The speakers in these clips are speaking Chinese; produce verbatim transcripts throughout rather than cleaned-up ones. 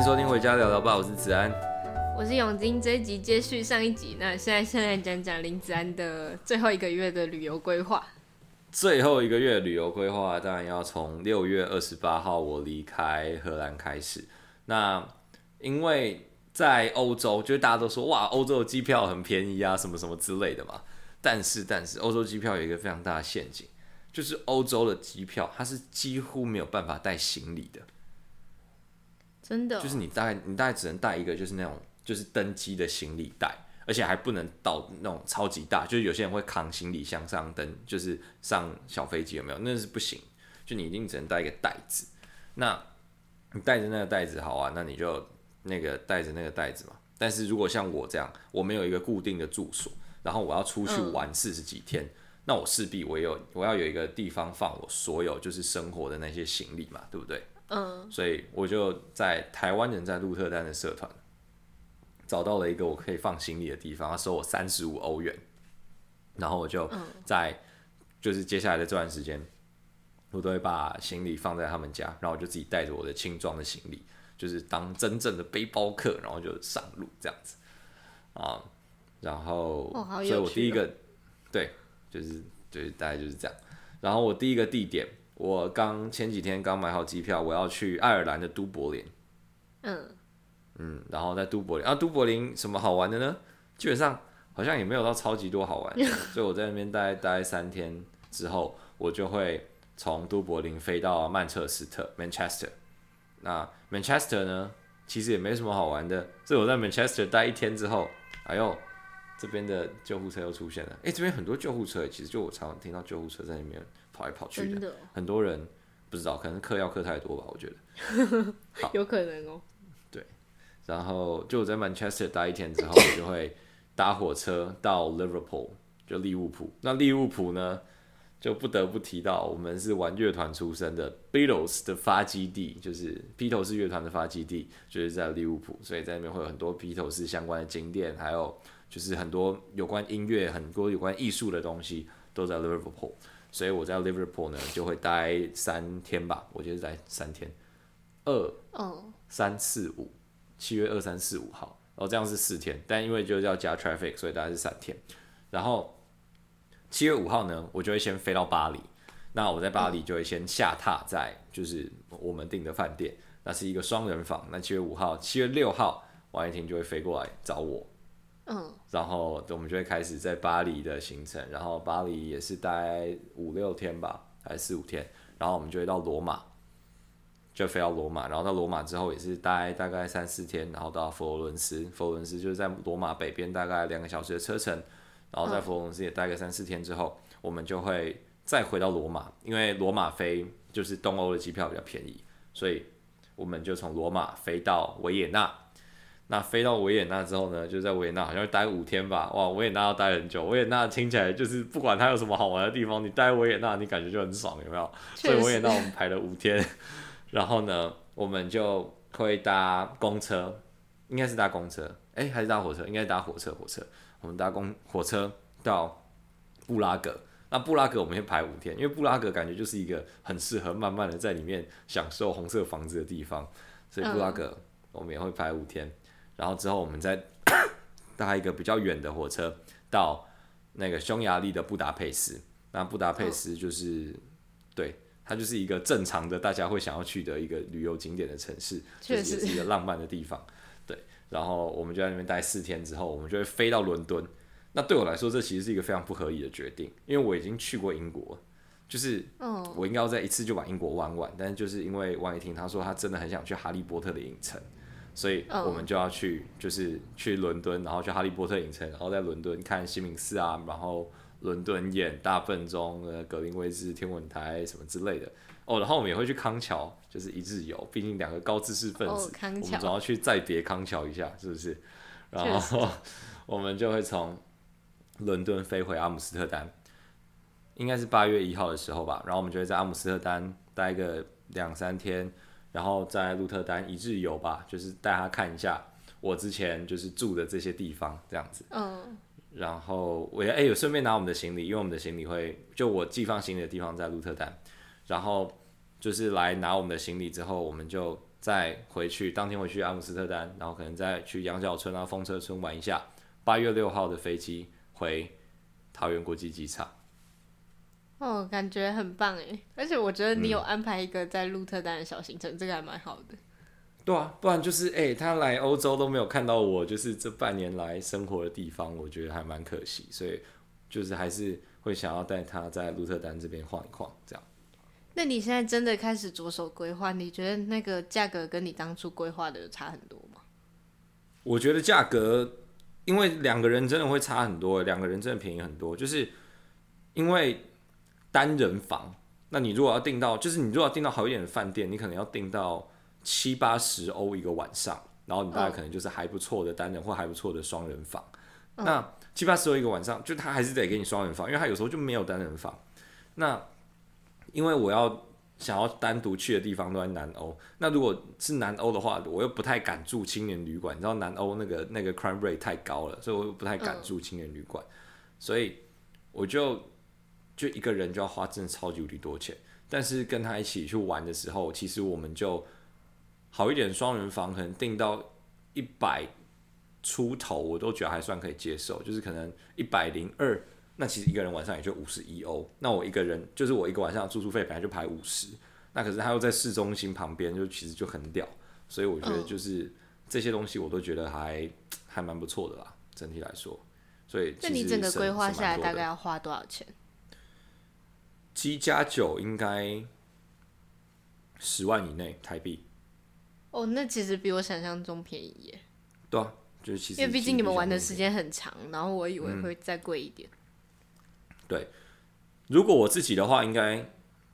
收听回家聊聊吧，我是子安， 我是永金。这一集接续上一集，那现在先来讲讲林子安的最后一个月的旅游规划。 最后一个月的旅游规划当然要从六月二十八号我离开荷兰开始。那因为在欧洲，就是大家都说哇，欧洲的机票很便宜啊，什么什么之类的嘛。但是，但是欧洲机票有一个非常大的陷阱，就是欧洲的机票它是几乎没有办法带行李的。 真的、哦， 就是你大概你大概只能带一个，就是那种就是登机的行李袋，而且还不能到那种超级大，就是有些人会扛行李箱上登，就是上小飞机有没有？那是不行，就你一定只能带一个袋子。那你带着那个袋子好啊，那你就那个带着那个袋子嘛。但是如果像我这样，我没有一个固定的住所，然后我要出去玩四十几天，嗯、那我势必我有我要有一个地方放我所有就是生活的那些行李嘛，对不对？嗯，所以我就在台湾人在鹿特丹的社团找到了一个我可以放行李的地方，他收我三十五欧元，然后我就在就是接下来的这段时间，我都会把行李放在他们家，然后我就自己带着我的轻装的行李，就是当真正的背包客，然后就上路这样子啊，然后、 哦、 所以我第一个对，就是就是大概就是这样，然后我第一个地点。我刚前几天刚买好机票，我要去爱尔兰的都柏林。嗯嗯，然后在都柏林啊，都柏林什么好玩的呢？基本上好像也没有到超级多好玩的，所以我在那边待待三天之后，我就会从都柏林飞到曼彻斯特 （Manchester）。那 Manchester 呢，其实也没什么好玩的，所以我在 Manchester 待一天之后，哎呦，这边的救护车又出现了。哎，这边很多救护车，其实就我常常听到救护车在那边跑来跑去的， 的很多人不知道，可能嗑药嗑太多吧，我觉得。 有可能哦。 对，然后就我在 Manchester 待一天之后，我就会搭火车到 Liverpool， 就利物浦。那利物浦呢，就不得不提到我们是玩乐团出身的 Beatles 的发基地，就是披头士乐团的发基地，就是在利物浦，所以在那边会有很多披头士相关的景点，还有就是很多有关音乐、很多有关艺术的东西都在 Liverpool。所以我在 Liverpool 呢就会待三天吧，我觉得待三天，二、三、四、五，七月二、三、四、五号，然后这样是四天，但因为就是要加 traffic， 所以大概是三天。然后七月五号呢，我就会先飞到巴黎，那我在巴黎就会先下榻在就是我们订的饭店，那是一个双人房。那七月五号、七月六号，王一婷就会飞过来找我。嗯，然后我们就会开始在巴黎的行程，然后巴黎也是大概五六天吧，还是四五天，然后我们就会到罗马，就飞到罗马，然后到罗马之后也是待大概三四天，然后到佛罗伦斯，佛罗伦斯就是在罗马北边大概两个小时的车程，然后在佛罗伦斯也待个三四天之后，我们就会再回到罗马，因为罗马飞就是东欧的机票比较便宜，所以我们就从罗马飞到维也纳。那飞到维也纳之后呢，就在维也纳好像会待五天吧，哇，维也纳要待很久。维也纳听起来就是不管它有什么好玩的地方，你待维也纳你感觉就很爽，有没有？所以维也纳我们排了五天，然后呢，我们就会搭公车，应该是搭公车，哎、欸，还是搭火车？应该是搭火车，火车。我们搭公火车到布拉格，那布拉格我们会排五天，因为布拉格感觉就是一个很适合慢慢的在里面享受红色房子的地方，所以布拉格我们也会排五天。然后之后我们再搭一个比较远的火车到那个匈牙利的布达佩斯。那布达佩斯就是、哦、对，它就是一个正常的大家会想要去的一个旅游景点的城市，就是也是一个浪漫的地方。对，然后我们就在那边待四天之后，我们就会飞到伦敦。那对我来说，这其实是一个非常不合理的决定，因为我已经去过英国，就是我应该要在一次就把英国玩完，但是就是因为王一婷她说她真的很想去哈利波特的影城。所以我们就要去，就是去伦敦，然后去哈利波特影城，然后在伦敦看西敏寺啊，然后伦敦眼、大笨钟、呃格林威治天文台什么之类的。哦，然后我们也会去康桥，就是一日游，毕竟两个高知识分子，哦、我们总要去再别康桥一下，是不是？然后我们就会从伦敦飞回阿姆斯特丹，应该是八月一号的时候吧。然后我们就会在阿姆斯特丹待个两三天。然后在鹿特丹一日游吧，就是带他看一下我之前就是住的这些地方，这样子。嗯。然后我也哎有顺便拿我们的行李，因为我们的行李会就我寄放行李的地方在鹿特丹，然后就是来拿我们的行李之后，我们就再回去，当天回去阿姆斯特丹，然后可能再去羊角村啊、风车村玩一下。八月六号的飞机回桃园国际机场。 哦，感觉很棒哎！而且我觉得你有安排一个在鹿特丹的小行程，嗯、这个还蛮好的。 对啊，不然就是哎、欸，他来欧洲都没有看到我，就是这半年来生活的地方，我觉得还蛮可惜，所以就是还是会想要带他在鹿特丹这边晃一晃，这样。 那你现在真的开始着手规划，你觉得那个价格跟你当初规划的有差很多吗？ 我觉得价格，因为两个人真的会差很多，两个人真的便宜很多，就是因为单人房，那你如果要订到，就是你如果要订到好一点的饭店，你可能要订到七八十欧一个晚上，然后你大概可能就是还不错的单人或还不错的双人房。嗯、那七八十欧一个晚上，就他还是得给你双人房，因为他有时候就没有单人房。那因为我要想要单独去的地方都在南欧，那如果是南欧的话，我又不太敢住青年旅馆，你知道南欧那个那个 crime rate 太高了，所以我又不太敢住青年旅馆，嗯、所以我就就一个人就要花真的超级无敌多钱。但是跟他一起去玩的时候，其实我们就好一点双人房，可能订到一百出头，我都觉得还算可以接受，就是可能一百零二。那其实一个人晚上也就五十一欧，那我一个人就是我一个晚上的住宿费本来就排五十，那可是他又在市中心旁边，就其实就很屌，所以我觉得就是这些东西我都觉得还还蛮不错的啦，整体来说。所以那你整个规划下来大概要花多少钱？ 七加九应该十万以内台币。 哦，那其实比我想象中便宜耶。 对啊，就是其实因为毕竟你们玩的时间很长，然后我以为会再贵一点。嗯对，如果我自己的话，应该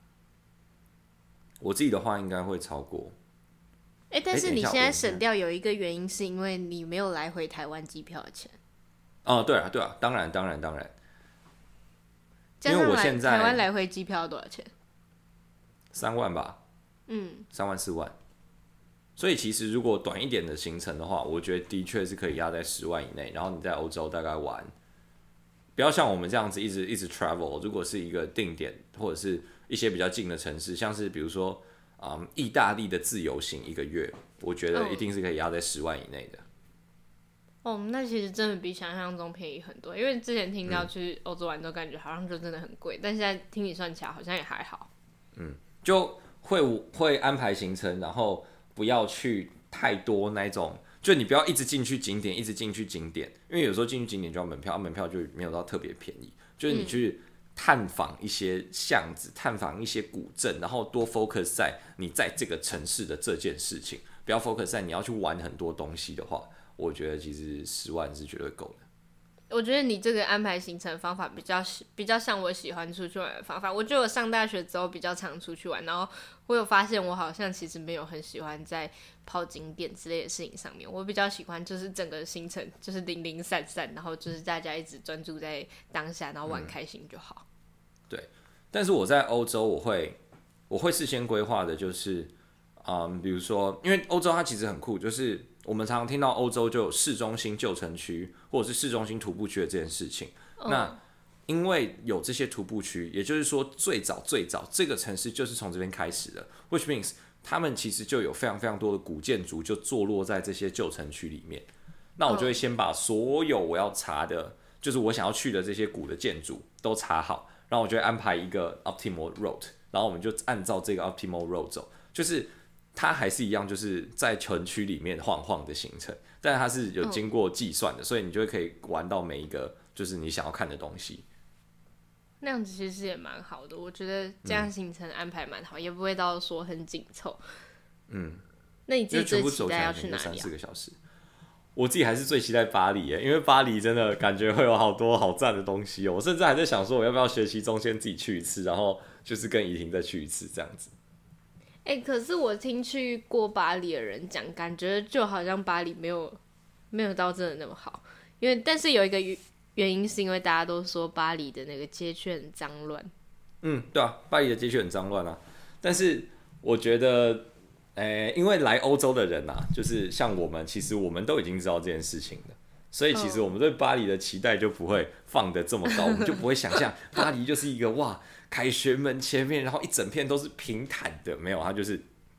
我自己的话应该会超过。 哎、欸，但是你现在省掉有一个原因，是因为你没有来回台湾机票的钱。 哦，对啊，对啊，当然，当然，当然。 因为我现在台湾来回机票要多少钱？ 三万吧。嗯，三万四万。所以其实如果短一点的行程的话，我觉得的确是可以压在十万以内。然后你在欧洲大概玩。不要像我们这样子一直一直 travel， 如果是一个定点或者是一些比较近的城市，像是比如说，嗯，意大利的自由行一个月，我觉得一定是可以压在十万以内的。 哦，那其实真的比想象中便宜很多，因为之前听到去欧洲玩都感觉好像就真的很贵，嗯、但现在听你算起来好像也还好。 嗯，就会会安排行程，然后不要去太多那种。就你不要一直进去景点，一直进去景点，因为有时候进去景点就要门票，门票就没有到特别便宜。就是你去探访一些巷子，探访一些古镇，然后多 focus 在你在这个城市的这件事情，不要 focus 在你要去玩很多东西的话，我觉得其实十万是绝对够的。 我觉得你这个安排行程方法比较比较像我喜欢出去玩的方法。我觉得我上大学之后比较常出去玩，然后我有发现我好像其实没有很喜欢在跑景点之类的事情上面，我比较喜欢就是整个行程就是零零散散，然后就是大家一直专注在当下，然后玩开心就好。 嗯、对，但是我在欧洲我会我会事先规划的就是，嗯，比如说因为欧洲它其实很酷，就是我们常常听到欧洲就有市中心旧城区或者是市中心徒步区的这件事情。嗯、那因为有这些徒步区，也就是说最早最早这个城市就是从这边开始的 ，which means 他们其实就有非常非常多的古建筑就坐落在这些旧城区里面。那我就会先把所有我要查的，就是我想要去的这些古的建筑都查好，然后我就会安排一个 optimal route， 然后我们就按照这个 optimal route 走，就是它还是一样，就是在城区里面晃晃的行程，但它是有经过计算的，所以你就会可以玩到每一个就是你想要看的东西。 那样子其实也蛮好的，我觉得这样行程安排蛮好，嗯、也不会到说很紧凑。嗯，那你自己最期待要去哪里啊？ 三四个小时。我自己还是最期待巴黎耶，因为巴黎真的感觉会有好多好赞的东西哦。我甚至还在想说，我要不要学习中先自己去一次，然后就是跟怡婷再去一次这样子。 哎、欸，可是我听去过巴黎的人讲，感觉就好像巴黎没有没有到真的那么好，因为但是有一个原因是因为大家都说巴黎的那个街区很脏乱。 嗯，对啊，巴黎的街区很脏乱啊，但是我觉得。欸、因为来欧洲的人啊，就是像我们，其实我们都已经知道这件事情了，所以其实我们对巴黎的期待就不会放得这么高， oh. 我们就不会想象巴黎就是一个哇，凯旋门前面，然后一整片都是平坦的，没有，它就是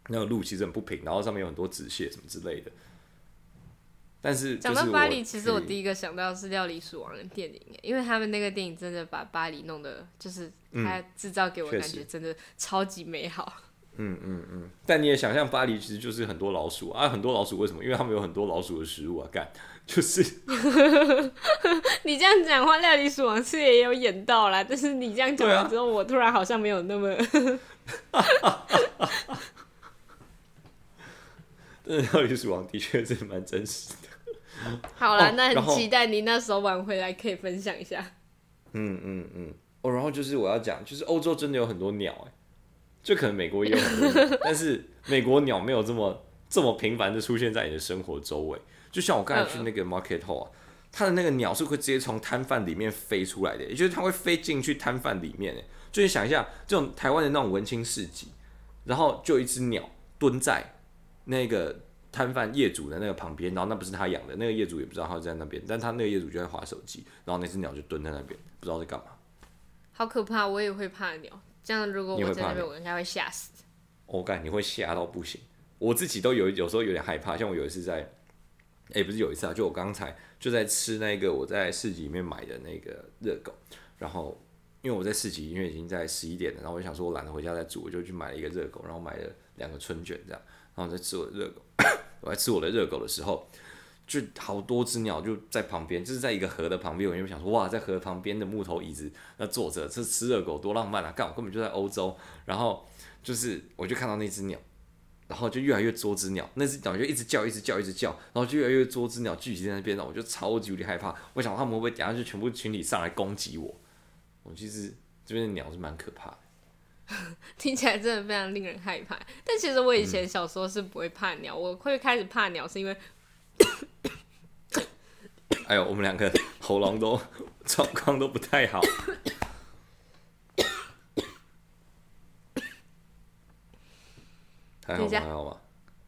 那个路其实很不平，然后上面有很多纸屑什么之类的。但是讲到巴黎，其实我第一个想到的是《料理鼠王》的电影，因为他们那个电影真的把巴黎弄得，就是它制造给我的感觉真的超级美好。 嗯嗯嗯。但你也想象巴黎其实就是很多老鼠啊，很多老鼠为什么？因为他们有很多老鼠的食物啊，干就是。 你这样讲话，《料理鼠王》是也有演到啦，但是你这样讲完之后，啊、我突然好像没有那么。 但是《料理鼠王》的确是蛮真实的。 好啦、哦、那很期待你那时候玩回来可以分享一下。 嗯嗯嗯。哦，然后就是我要讲，就是欧洲真的有很多鸟哎，就可能美国也有很多鸟，但是美国鸟没有这么这么频繁的出现在你的生活周围。就像我刚才去那个 Market Hall 啊，它的那个鸟是会直接从摊贩里面飞出来的，也就是它会飞进去摊贩里面哎。就你想一下，这种台湾的那种文青市集，然后就有一只鸟蹲在那个摊贩业主的那个旁边，然后那不是他养的，那个业主也不知道他在那边，但他那个业主就在滑手机，然后那只鸟就蹲在那边，不知道在干嘛。 好可怕，我也会怕鸟。这样如果我在那边，我应该会吓死。 我感、oh, 你会吓到不行，我自己都有有时候有点害怕。像我有一次在，哎、欸，不是有一次啊，就我刚才就在吃那个我在市集里面买的那个热狗，然后因为我在市集，因为已经在十一点了，然后我就想说我懒得回家再煮，我就去买了一个热狗，然后买了两个春卷这样。然后在吃我的热狗，我在吃我的热狗的时候，就好多只鸟就在旁边，就是在一个河的旁边。我就想说，哇，在河旁边的木头椅子那坐着，这吃热狗多浪漫啊！干，我根本就在欧洲。然后就是我就看到那只鸟，然后就越来越多只鸟，那只鸟就一直叫，一直叫，一直叫，然后就越来越多只鸟聚集在那边，然后我就超级无敌害怕。我想他们会不会等一下就全部群体上来攻击我？我其实这边的鸟是蛮可怕的。 听起来真的非常令人害怕，但其实我以前小时候是不会怕鸟，嗯、我会开始怕鸟是因为， 哎呦，我们两个喉咙都状况都不太好。还好吗？还好吗？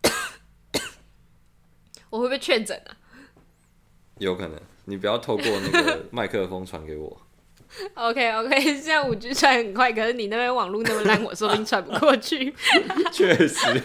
我会不会确诊啊？ 有可能，你不要透过那个麦克风传给我。 OK OK， 现在五 G 传很快，可是你那边网络那么烂，我说不定传不过去。 确实。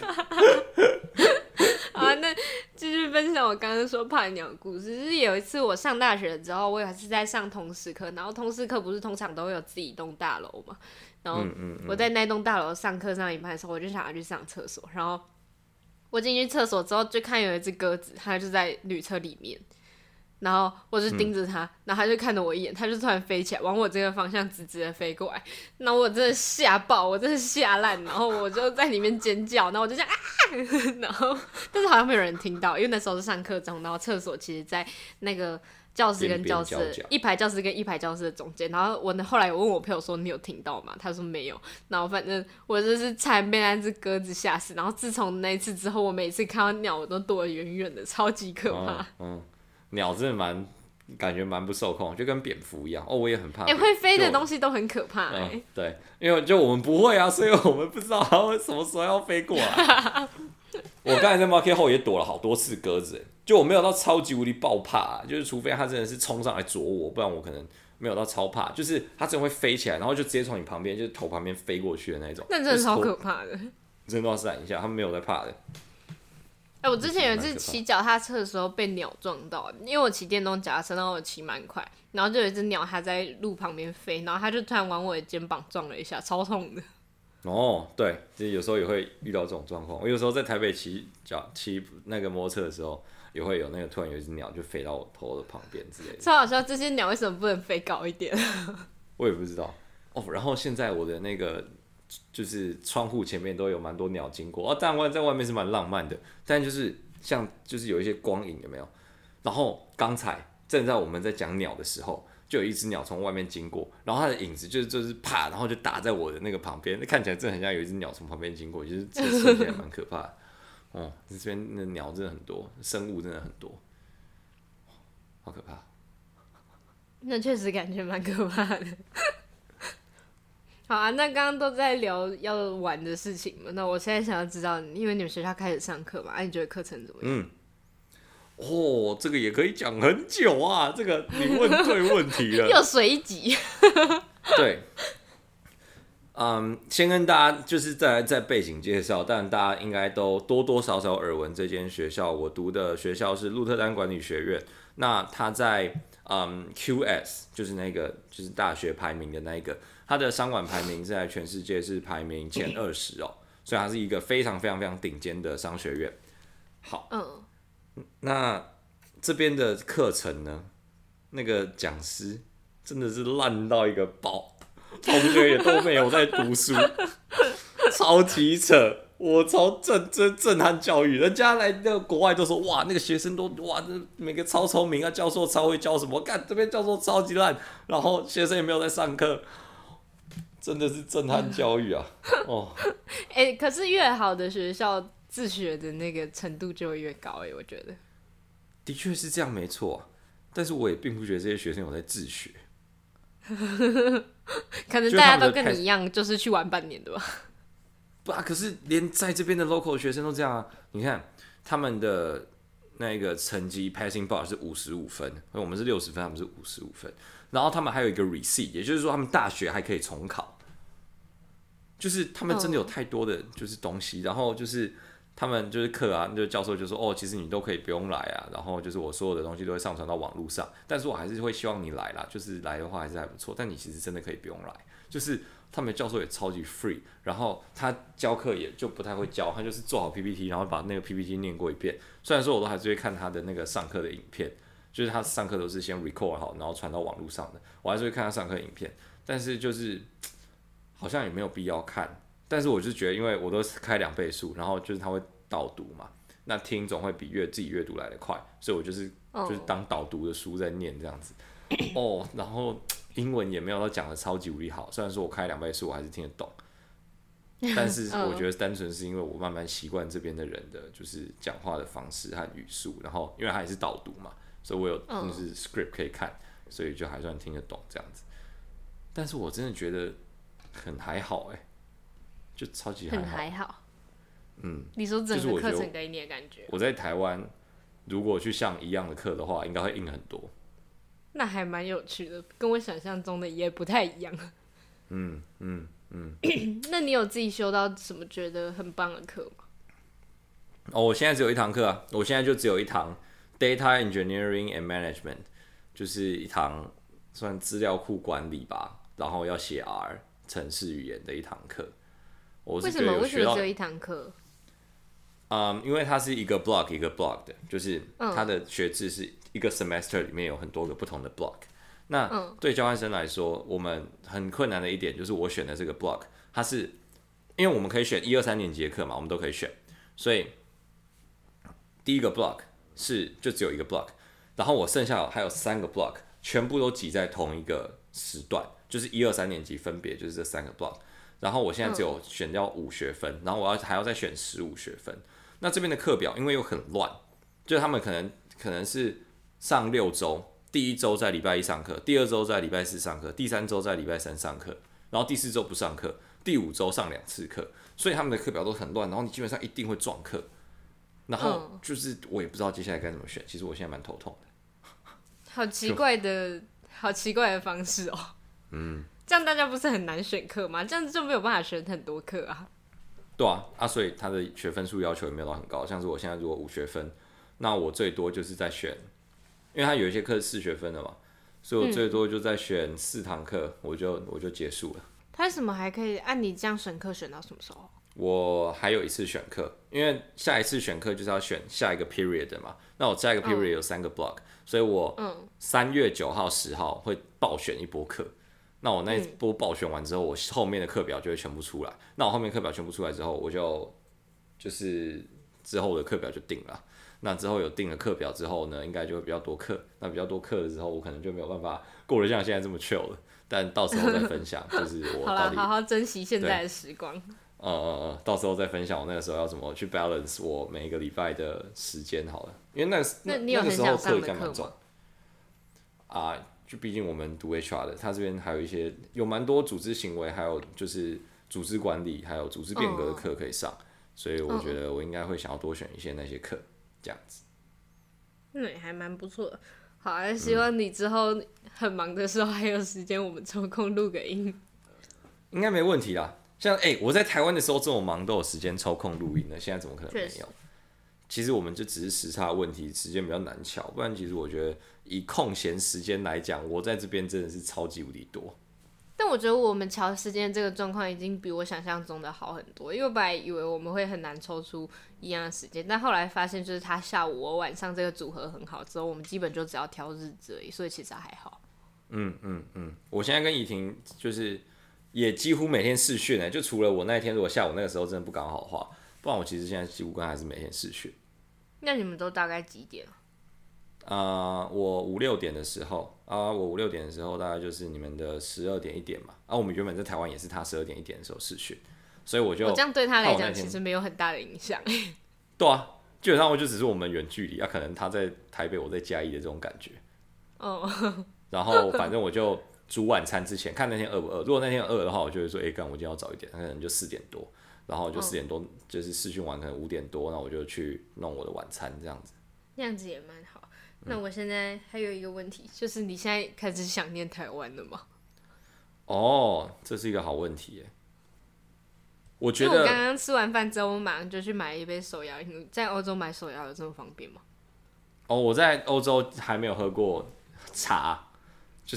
好，那继续分享我刚刚说怕鸟的故事。就是有一次我上大学之后，我也是在上通识课，然后通识课不是通常都会有自己一栋大楼嘛，然后我在那栋大楼上课上一半的时候，我就想要去上厕所，然后我进去厕所之后，就看有一只鸽子，它就在女厕里面。然后我就盯着他、嗯，然后他就看了我一眼，他就突然飞起来，往我这个方向直直的飞过来。然后我真的吓爆，我真的吓烂，然后我就在里面尖叫，然后我就这样啊，然后但是好像没有人听到，因为那时候是上课中，然后厕所其实在那个教室跟教室边边角角一排教室跟一排教室的中间。然后我后来我问我朋友说你有听到吗？他说没有。然后反正我就是差点被那只鸽子吓死。然后自从那一次之后，我每次看到鸟我都躲得远远的，超级可怕。 嗯嗯，鸟真的蛮感觉蛮不受控，就跟蝙蝠一样。哦，我也很怕。哎、 欸，会飞的东西都很可怕哎、欸嗯。对，因为就我们不会啊，所以我们不知道它会什么时候要飞过来。我刚才在 Market Hall 也躲了好多次鸽子，就我没有到超级无敌爆怕、啊，就是除非它真的是冲上来啄我，不然我可能没有到超怕。就是它真的会飞起来，然后就直接从你旁边，就是头旁边飞过去的那种。 那真的超可怕的。 真的要闪一下，他们没有在怕的。 哎、欸，我之前有一次骑脚踏车的时候被鸟撞到，因为我骑电动脚踏车，然后我骑蛮快，然后就有一只鸟它在路旁边飞，然后它就突然往我的肩膀撞了一下，超痛的。 哦，对，其实有时候也会遇到这种状况。我有时候在台北骑脚骑那个摩托车的时候，也会有那个突然有一只鸟就飞到我头的旁边之类的。 超好笑，这些鸟为什么不能飞高一点？ 我也不知道。哦，然后现在我的那个。就是窗户前面都有蛮多鸟经过，哦，当然在外面是蛮浪漫的，但就是像就是有一些光影有没有？然后刚才正在我们在讲鸟的时候，就有一只鸟从外面经过，然后它的影子就是就是啪，然后就打在我的那个旁边，那看起来真的很像有一只鸟从旁边经过，就是这瞬间蛮可怕的。哦，这边的鸟真的很多，生物真的很多，好可怕。 那确实感觉蛮可怕的。好啊，那刚刚都在聊要玩的事情嘛，那我现在想要知道，因为你们学校开始上课嘛，啊，你觉得课程怎么样？ 嗯，哦，这个也可以讲很久啊，这个你问对问题了。 又水一集。 对， 嗯，先跟大家就是再来再背景介绍，但大家应该都多多少少耳闻这间学校。我读的学校是鹿特丹管理学院，那它在嗯 Q S 就是那个就是大学排名的那一个，它的商管排名在全世界是排名前二十哦，所以它是一个非常非常非常顶尖的商学院。好， 嗯， 那这边的课程呢，那个讲师真的是烂到一个爆。同学也都没有在读书，超级扯，我超震震震撼教育。人家来那个国外都说哇，那个学生都哇，每个超聪明啊，教授超会教什么，干这边教授超级烂，然后学生也没有在上课，真的是震撼教育啊！哦， 哎、欸，可是越好的学校自学的那个程度就会越高哎、欸，我觉得。 的确是这样，没错。但是我也并不觉得这些学生有在自学。 可能大家都跟你一样，就是去玩半年的吧。 不啊，可是连在这边的 local 学生都这样啊！你看他们的那个成绩 passing bar 是五十五分，我们是六十分，他们是五十五分。然后他们还有一个 receipt， 也就是说他们大学还可以重考。就是他们真的有太多的就是东西，哦、然后就是他们就是课啊，就教授就说哦，其实你都可以不用来啊，然后就是我所有的东西都会上传到网络上，但是我还是会希望你来啦，就是来的话还是还不错，但你其实真的可以不用来，就是他们教授也超级 free， 然后他教课也就不太会教，他就是做好 P P T， 然后把那个 P P T 念过一遍，虽然说我都还是会看他的那个上课的影片，就是他上课都是先 record 好，然后传到网络上的，我还是会看他上课影片，但是就是好像也没有必要看。但是我就觉得，因为我都是开两倍速，然后就是他会导读嘛，那听总会比阅自己阅读来的快，所以我就是就是当导读的书在念这样子。哦，然后英文也没有到讲的超级无敌好，虽然说我开两倍速我还是听得懂，但是我觉得单纯是因为我慢慢习惯这边的人的就是讲话的方式和语速，然后因为它也是导读嘛，所以我有就是 script 可以看，所以就还算听得懂这样子。但是我真的觉得很还好哎、欸。就超级还好， 很还好。 嗯， 你说整个课程给你的感觉， 我在台湾如果去上一样的课的话，应该会硬很多。 那还蛮有趣的，跟我想象中的也不太一样。 嗯嗯嗯。 那你有自己修到什么觉得很棒的课吗？ 哦，我现在只有一堂课啊，我现在就只有一堂 Data Engineering and Management， 就是一堂算资料库管理吧，然后要写 R 程式语言的一堂课。我是觉得有学到， 为什么？为什么只有一堂课？ 嗯，因为它是一个 block 一个 block 的，就是它的学制是一个 semester 里面有很多个不同的 block。那对交换生来说，我们很困难的一点就是我选的这个 block， 它是因为我们可以选一二三年级的课嘛，我们都可以选，所以第一个 block 是就只有一个 block， 然后我剩下还有三个 block， 全部都挤在同一个时段，就是一二三年级分别就是这三个 block。然后我现在只有选掉五学分，然后我要还要再选十五学分。那这边的课表因为又很乱，就是他们可能可能是上六周，第一周在礼拜一上课，第二周在礼拜四上课，第三周在礼拜三上课，然后第四周不上课，第五周上两次课，所以他们的课表都很乱，然后你基本上一定会撞课。然后就是我也不知道接下来该怎么选，其实我现在蛮头痛的。 好奇怪的，好奇怪的方式哦。嗯。这样大家不是很难选课吗？这样子就没有办法选很多课啊。 对啊，啊，所以他的学分数要求也没有到很高。像是我现在如果五学分，那我最多就是在选，因为他有一些课是四学分的嘛，所以我最多就在选四堂课，我就我就结束了。 他为什么还可以按你这样选课选到什么时候？ 我还有一次选课，因为下一次选课就是要选下一个 period 的嘛。那我下一个 period 有三个 block，、嗯、所以我三月九号、十号会爆选一波课。那我那一波爆选完之后，我后面的课表就会全部出来。那我后面课表全部出来之后，我就就是之后的课表就定了。那之后有定了课表之后呢，应该就会比较多课。那比较多课的时候，我可能就没有办法过得像现在这么 chill 了。但到时候再分享，就是我到底好啦，好好珍惜现在的时光。 呃呃呃，到时候再分享我那个时候要怎么去 balance 我每一个礼拜的时间好了。因为那那你有很想上的课吗？ 啊。就毕竟我们读 H R 的，他这边还有一些有蛮多组织行为，还有就是组织管理，还有组织变革的课可以上， oh. 所以我觉得我应该会想要多选一些那些课，这样子。 嗯，还蛮不错的。好啊，希望你之后很忙的时候还有时间，我们抽空录个音。 应该没问题啦。像哎、欸，我在台湾的时候这么忙，都有时间抽空录音了，现在怎么可能没有？其实我们就只是时差的问题，时间比较难巧。不然其实我觉得以空闲时间来讲，我在这边真的是超级无敌多。 但我觉得我们调时间这个状况已经比我想象中的好很多，因为我本来以为我们会很难抽出一样的时间，但后来发现就是他下午我晚上这个组合很好之后，我们基本就只要挑日子而已，所以其实还好。 嗯嗯嗯，我现在跟怡婷就是也几乎每天视讯呢，就除了我那一天如果下午那个时候真的不刚好的话，不然我其实现在几乎跟还是每天视讯。 那你们都大概几点？ 啊、呃，我五六点的时候啊，我五六点的时候大概就是你们的十二点一点嘛。啊，我们原本在台湾也是他十二点一点的时候视讯，所以我就我这样对他来讲其实没有很大的影响。 对啊，基本上我就只是我们远距离啊，可能他在台北，我在嘉义的这种感觉。 哦。 然后反正我就煮晚餐之前看那天饿不饿，如果那天饿的话，我就会说，哎、欸，干，我今天要早一点，可能就四点多。然后就四点多，就是视讯完可能五点多，那我就去弄我的晚餐这样子。 那样子也蛮好。那我现在还有一个问题，就是你现在开始想念台湾了吗？ 哦，这是一个好问题耶。我觉得因为我刚刚吃完饭之后，我马上就去买一杯手摇饮。在欧洲买手摇有这么方便吗？ 哦，我在欧洲还没有喝过茶，就是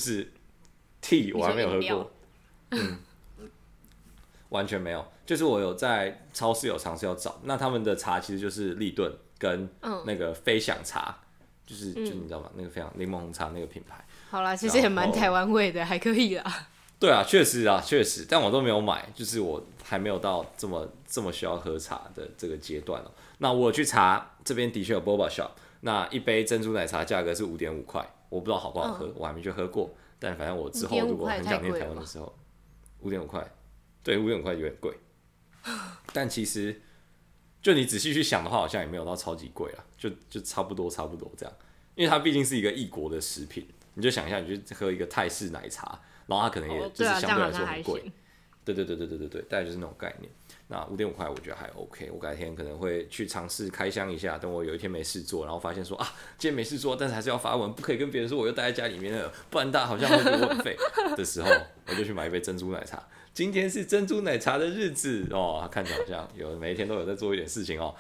tea， 我还没有喝过。嗯。完全没有，就是我有在超市有尝试要找，那他们的茶其实就是立顿跟那个飞享茶，嗯、就是就你知道吗？那个飞享柠檬红茶那个品牌。 好啦，其实也蛮台湾味的，还可以啦。 对啊，确实啊，确实，但我都没有买，就是我还没有到这么这么需要喝茶的这个阶段哦。那我去查这边的确有 Boba Shop， 那一杯珍珠奶茶价格是五点五块，我不知道好不好喝，嗯、我还没去喝过，但反正我之后如果很想念台湾的时候，五点五块。对，五点五块有点贵，但其实就你仔细去想的话，好像也没有到超级贵啦，就就差不多差不多这样，因为它毕竟是一个异国的食品，你就想一下，你去喝一个泰式奶茶，然后它可能也就是相对来说很贵，哦啊、对对对对对对对，大概就是那种概念。那五点五块我觉得还 OK， 我改天可能会去尝试开箱一下，等我有一天没事做，然后发现说啊，今天没事做，但是还是要发文，不可以跟别人说我又待在家里面了，不然大家好像会觉得我很废的时候，我就去买一杯珍珠奶茶。今天是珍珠奶茶的日子哦，看起来好像有每一天都有在做一点事情哦。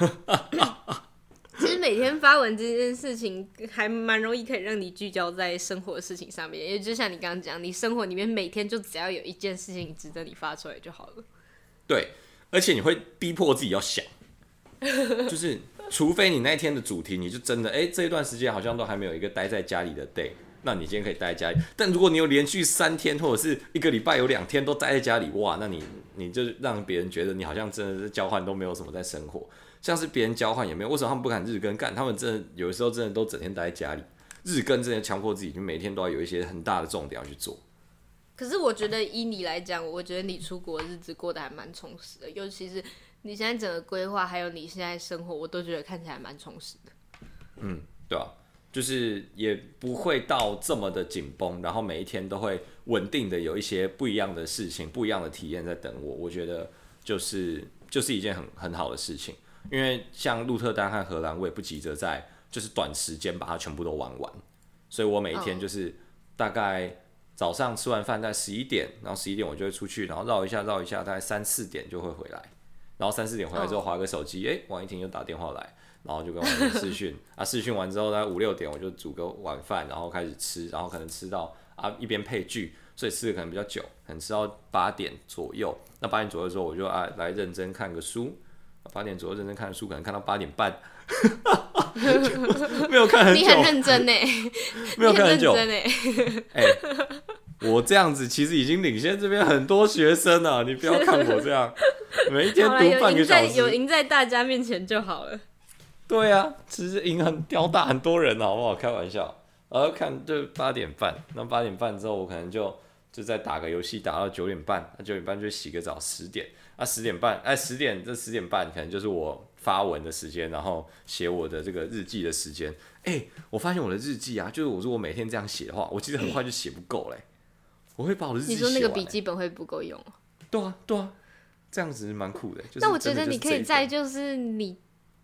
其实每天发文这件事情还蛮容易可以让你聚焦在生活的事情上面，也就像你刚刚讲，你生活里面每天就只要有一件事情值得你发出来就好了。 对，而且你会逼迫自己要想，就是除非你那一天的主题，你就真的哎、欸、这一段时间好像都还没有一个待在家里的 day。那你今天可以待在家里，但如果你有连续三天或者是一个礼拜有两天都待在家里，哇，那你你就让别人觉得你好像真的是交换都没有什么在生活，像是别人交换也没有，为什么他们不敢日更干？他们真的有的时候真的都整天待在家里，日更真的强迫自己，就每天都要有一些很大的重点要去做。 可是我觉得以你来讲，我觉得你出国日子过得还蛮充实的，尤其是你现在整个规划，还有你现在生活，我都觉得看起来蛮充实的。 嗯，对啊。就是也不会到这么的紧绷，然后每一天都会稳定的有一些不一样的事情、不一样的体验在等我。我觉得就是就是一件很很好的事情，因为像鹿特丹和荷兰，我也不急着在就是短时间把它全部都玩完，所以我每一天就是大概早上吃完饭在十一点，然后十一点我就会出去，然后绕一下绕一下，大概三四点就会回来，然后三四点回来之后滑个手机，哎、欸，王一婷又打电话来。然后就跟我们视讯啊，视讯完之后大概五六点我就煮个晚饭，然后开始吃，然后可能吃到啊一边配剧，所以吃的可能比较久，可能吃到八点左右。那八点左右的时候我就啊来认真看个书，八点左右认真看书，可能看到八点半，没有看很久。 你很认真呢， 没有看很久。 你很认真呢。 哎、欸，我这样子其实已经领先这边很多学生了，你不要看我这样，每一天读半个小时， 有赢在大家面前就好了。 对啊，其实赢很吊大很多人，好不好？开玩笑，然后看就八点半，那八点半之后我可能就就再打个游戏，打到九点半，那九点半就洗个澡，十点，啊十点半，哎十点这十点半可能就是我发文的时间，然后写我的这个日记的时间。哎、欸，我发现我的日记啊，就是我如果每天这样写的话，我其实很快就写不够嘞、欸，我会把我的日记写完、欸。 你说那个笔记本会不够用？ 对啊，对啊，这样子蛮酷的、欸。就是、 那我觉得你可以在就是你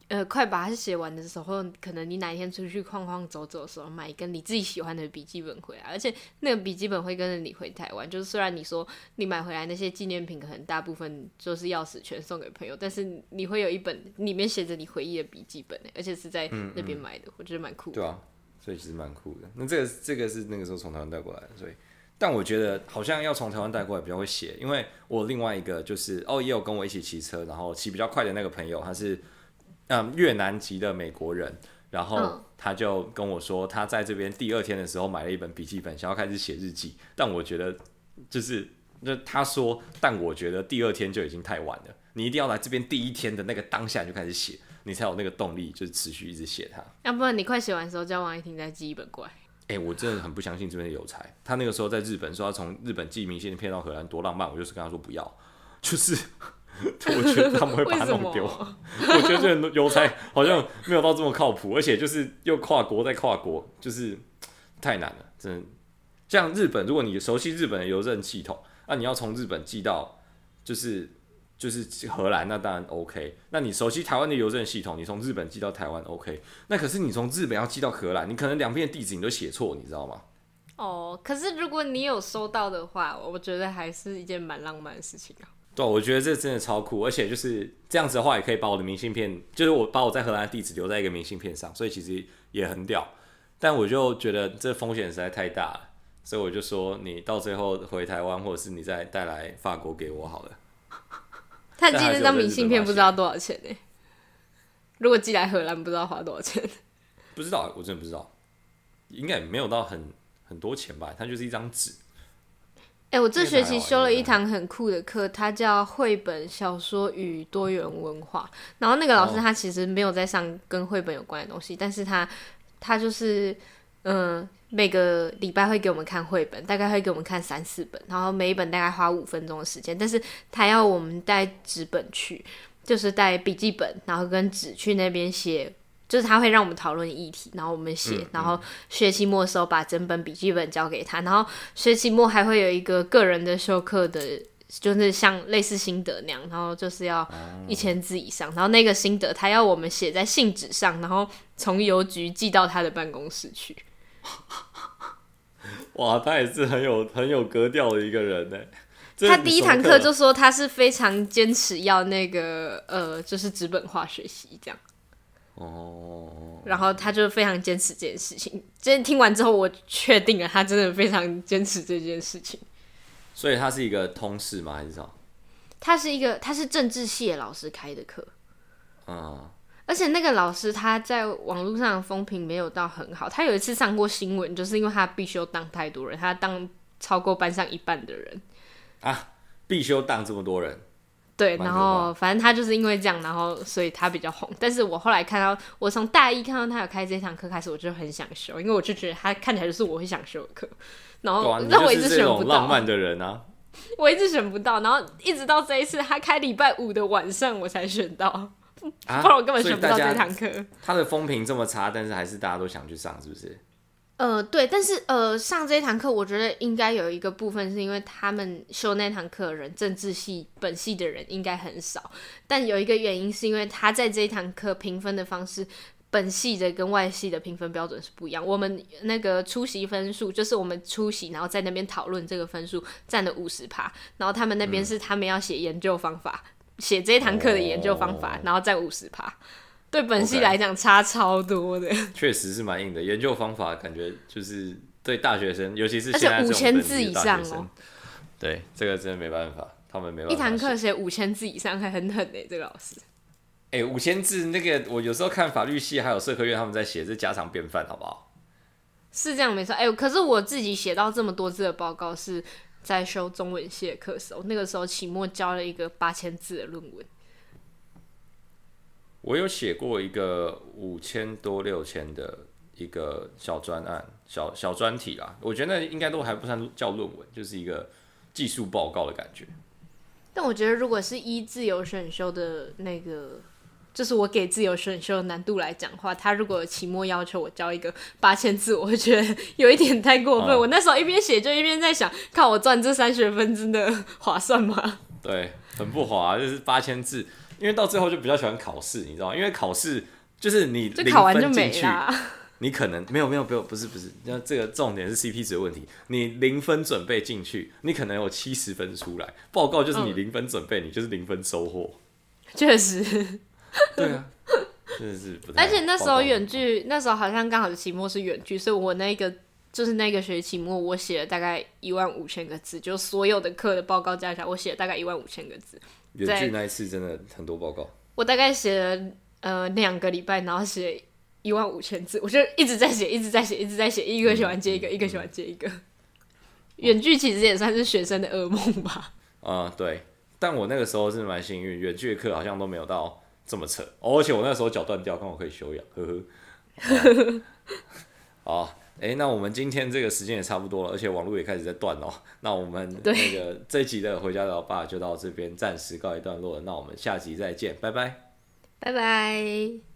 呃，快把它写完的时候，可能你哪一天出去晃晃走走的时候，买一个你自己喜欢的笔记本回来，而且那个笔记本会跟着你回台湾。就是虽然你说你买回来那些纪念品，可能大部分就是钥匙圈送给朋友，但是你会有一本里面写着你回忆的笔记本，而且是在那边买的，嗯嗯我觉得蛮酷的。 对啊，所以其实蛮酷的。那这个这个是那个时候从台湾带过来的，所以。但我觉得好像要从台湾带过来比较会写，因为我另外一个就是哦，也有跟我一起骑车，然后骑比较快的那个朋友，他是嗯越南籍的美国人，然后他就跟我说，他在这边第二天的时候买了一本笔记本，想要开始写日记。但我觉得就是就他说，但我觉得第二天就已经太晚了，你一定要来这边第一天的那个当下就开始写，你才有那个动力，就是持续一直写它。 要不然你快写完的时候，叫王一婷再寄一本过来。 哎、欸，我真的很不相信这边的邮差。他那个时候在日本说要从日本寄明信片到荷兰，多浪漫！我就是跟他说不要，就是我觉得他们会把它弄丢。我觉得这个邮差好像没有到这么靠谱，而且就是又跨国再跨国，就是太难了，真的。像日本，如果你熟悉日本的邮政系统，那你要从日本寄到就是就是荷兰，那当然 OK。那你熟悉台湾的邮政系统，你从日本寄到台湾 OK。那可是你从日本要寄到荷兰，你可能两边的地址你都写错，你知道吗？ 哦，可是如果你有收到的话，我觉得还是一件蛮浪漫的事情啊。 对，我觉得这真的超酷，而且就是这样子的话，也可以把我的明信片，就是我把我在荷兰的地址留在一个明信片上，所以其实也很屌。但我就觉得这风险实在太大了，所以我就说你到最后回台湾，或者是你再带来法国给我好了。 他寄那张明信片不知道多少钱呢、欸？如果寄来荷兰，不知道花多少钱。 不知道，我真的不知道，应该也没有到很很多钱吧？它就是一张纸。 哎、欸，我这学期修了一堂很酷的课，它叫绘本小说与多元文化。然后那个老师他其实没有在上跟绘本有关的东西，但是他他就是嗯。每个礼拜会给我们看绘本，大概会给我们看三四本，然后每一本大概花五分钟的时间。但是他要我们带纸本去，就是带笔记本，然后跟纸去那边写，就是他会让我们讨论议题，然后我们写、嗯，然后学期末的时候把整本笔记本交给他，然后学期末还会有一个个人的修课的，就是像类似心得那样，然后就是要一千字以上，然后那个心得他要我们写在信纸上，然后从邮局寄到他的办公室去。 哇，他也是很有很有格调的一个人呢。 他第一堂课就说他是非常坚持要那个呃，就是纸本化学习这样。哦。然后他就非常坚持这件事情。今天听完之后，我确定了，他真的非常坚持这件事情。 所以他是一个通识吗？还是什么？ 他是一个，他是政治系的老师开的课。嗯。而且那个老师他在网络上的风评没有到很好，他有一次上过新闻，就是因为他必修当太多人，他当超过班上一半的人啊，必修当这么多人， 对，然后反正他就是因为这样，然后所以他比较红。但是我后来看到，我从大一看到他有开这堂课开始，我就很想修，因为我就觉得他看起来就是我会想修的课，然后让我一直选不到。 浪漫的人啊， 我一直选不到，然后一直到这一次他开礼拜五的晚上我才选到。啊、不然我根本选不到这堂课。 他的风评这么差，但是还是大家都想去上，是不是？ 呃，对，但是呃，上这一堂课，我觉得应该有一个部分是因为他们修那堂课的人，政治系本系的人应该很少，但有一个原因是因为他在这一堂课评分的方式，本系的跟外系的评分标准是不一样。我们那个出席分数，就是我们出席，然后在那边讨论这个分数占了 百分之五十， 然后他们那边是他们要写研究方法。嗯写这一堂课的研究方法， oh. 然后占 百分之五十， 对本系来讲差超多的。 确实是蛮硬的，研究方法感觉就是对大学生，尤其是现在这种五千字以上哦。 对，这个真的没办法，他们没办法。 一堂课写五千字以上，还很狠哎、欸，这个老师。 哎、欸，五千字那个，我有时候看法律系还有社科院他们在写，这家常便饭，好不好？ 是这样没错。哎、欸，可是我自己写到这么多字的报告是。在修中文系的课时候，那个时候期末交了一个八千字的论文。 我有写过一个五千多六千的一个小专案、小小专题啦。我觉得那应该都还不算叫论文，就是一个技术报告的感觉。 但我觉得，如果是依自由选修的那个，就是我给自由选修的难度来讲的话，他如果期末要求我交一个八千字，我会觉得有一点太过分。嗯、我那时候一边写就一边在想，靠我赚这三学分真的划算吗？ 对，很不划，就是八千字。 因为到最后就比较喜欢考试，你知道吗？因为考试就是你就考完就零分进去， 没啦。 你可能没有没有没有不是不是，那这个重点是 C P 值的问题。你零分准备进去，你可能有七十分出来，报告就是你零分准备，嗯、你就是零分收获。 确实。 对啊，真的是不太好。 而且那时候远距，那时候好像刚好是期末是远距，所以我那个就是那个学期末，我写了大概一万五千个字，就所有的课的报告加起来，我写了大概一万五千个字。 远距那一次真的很多报告， 我大概写了呃两个礼拜，然后写一万五千字，我就一直在写，一直在写，一直在写，一个写完接一个，嗯、一个写完接一个。远距其实也算是学生的噩梦吧。 啊、嗯，对，但我那个时候是蛮幸运，远距的课好像都没有到这么扯，哦、而且我那时候脚断掉，刚好可以休养，呵呵。好，哎、欸，那我们今天这个时间也差不多了，而且网络也开始在断哦。那我们那个这一集的回家老爸就到这边暂时告一段落了，那我们下集再见，拜拜， 拜拜。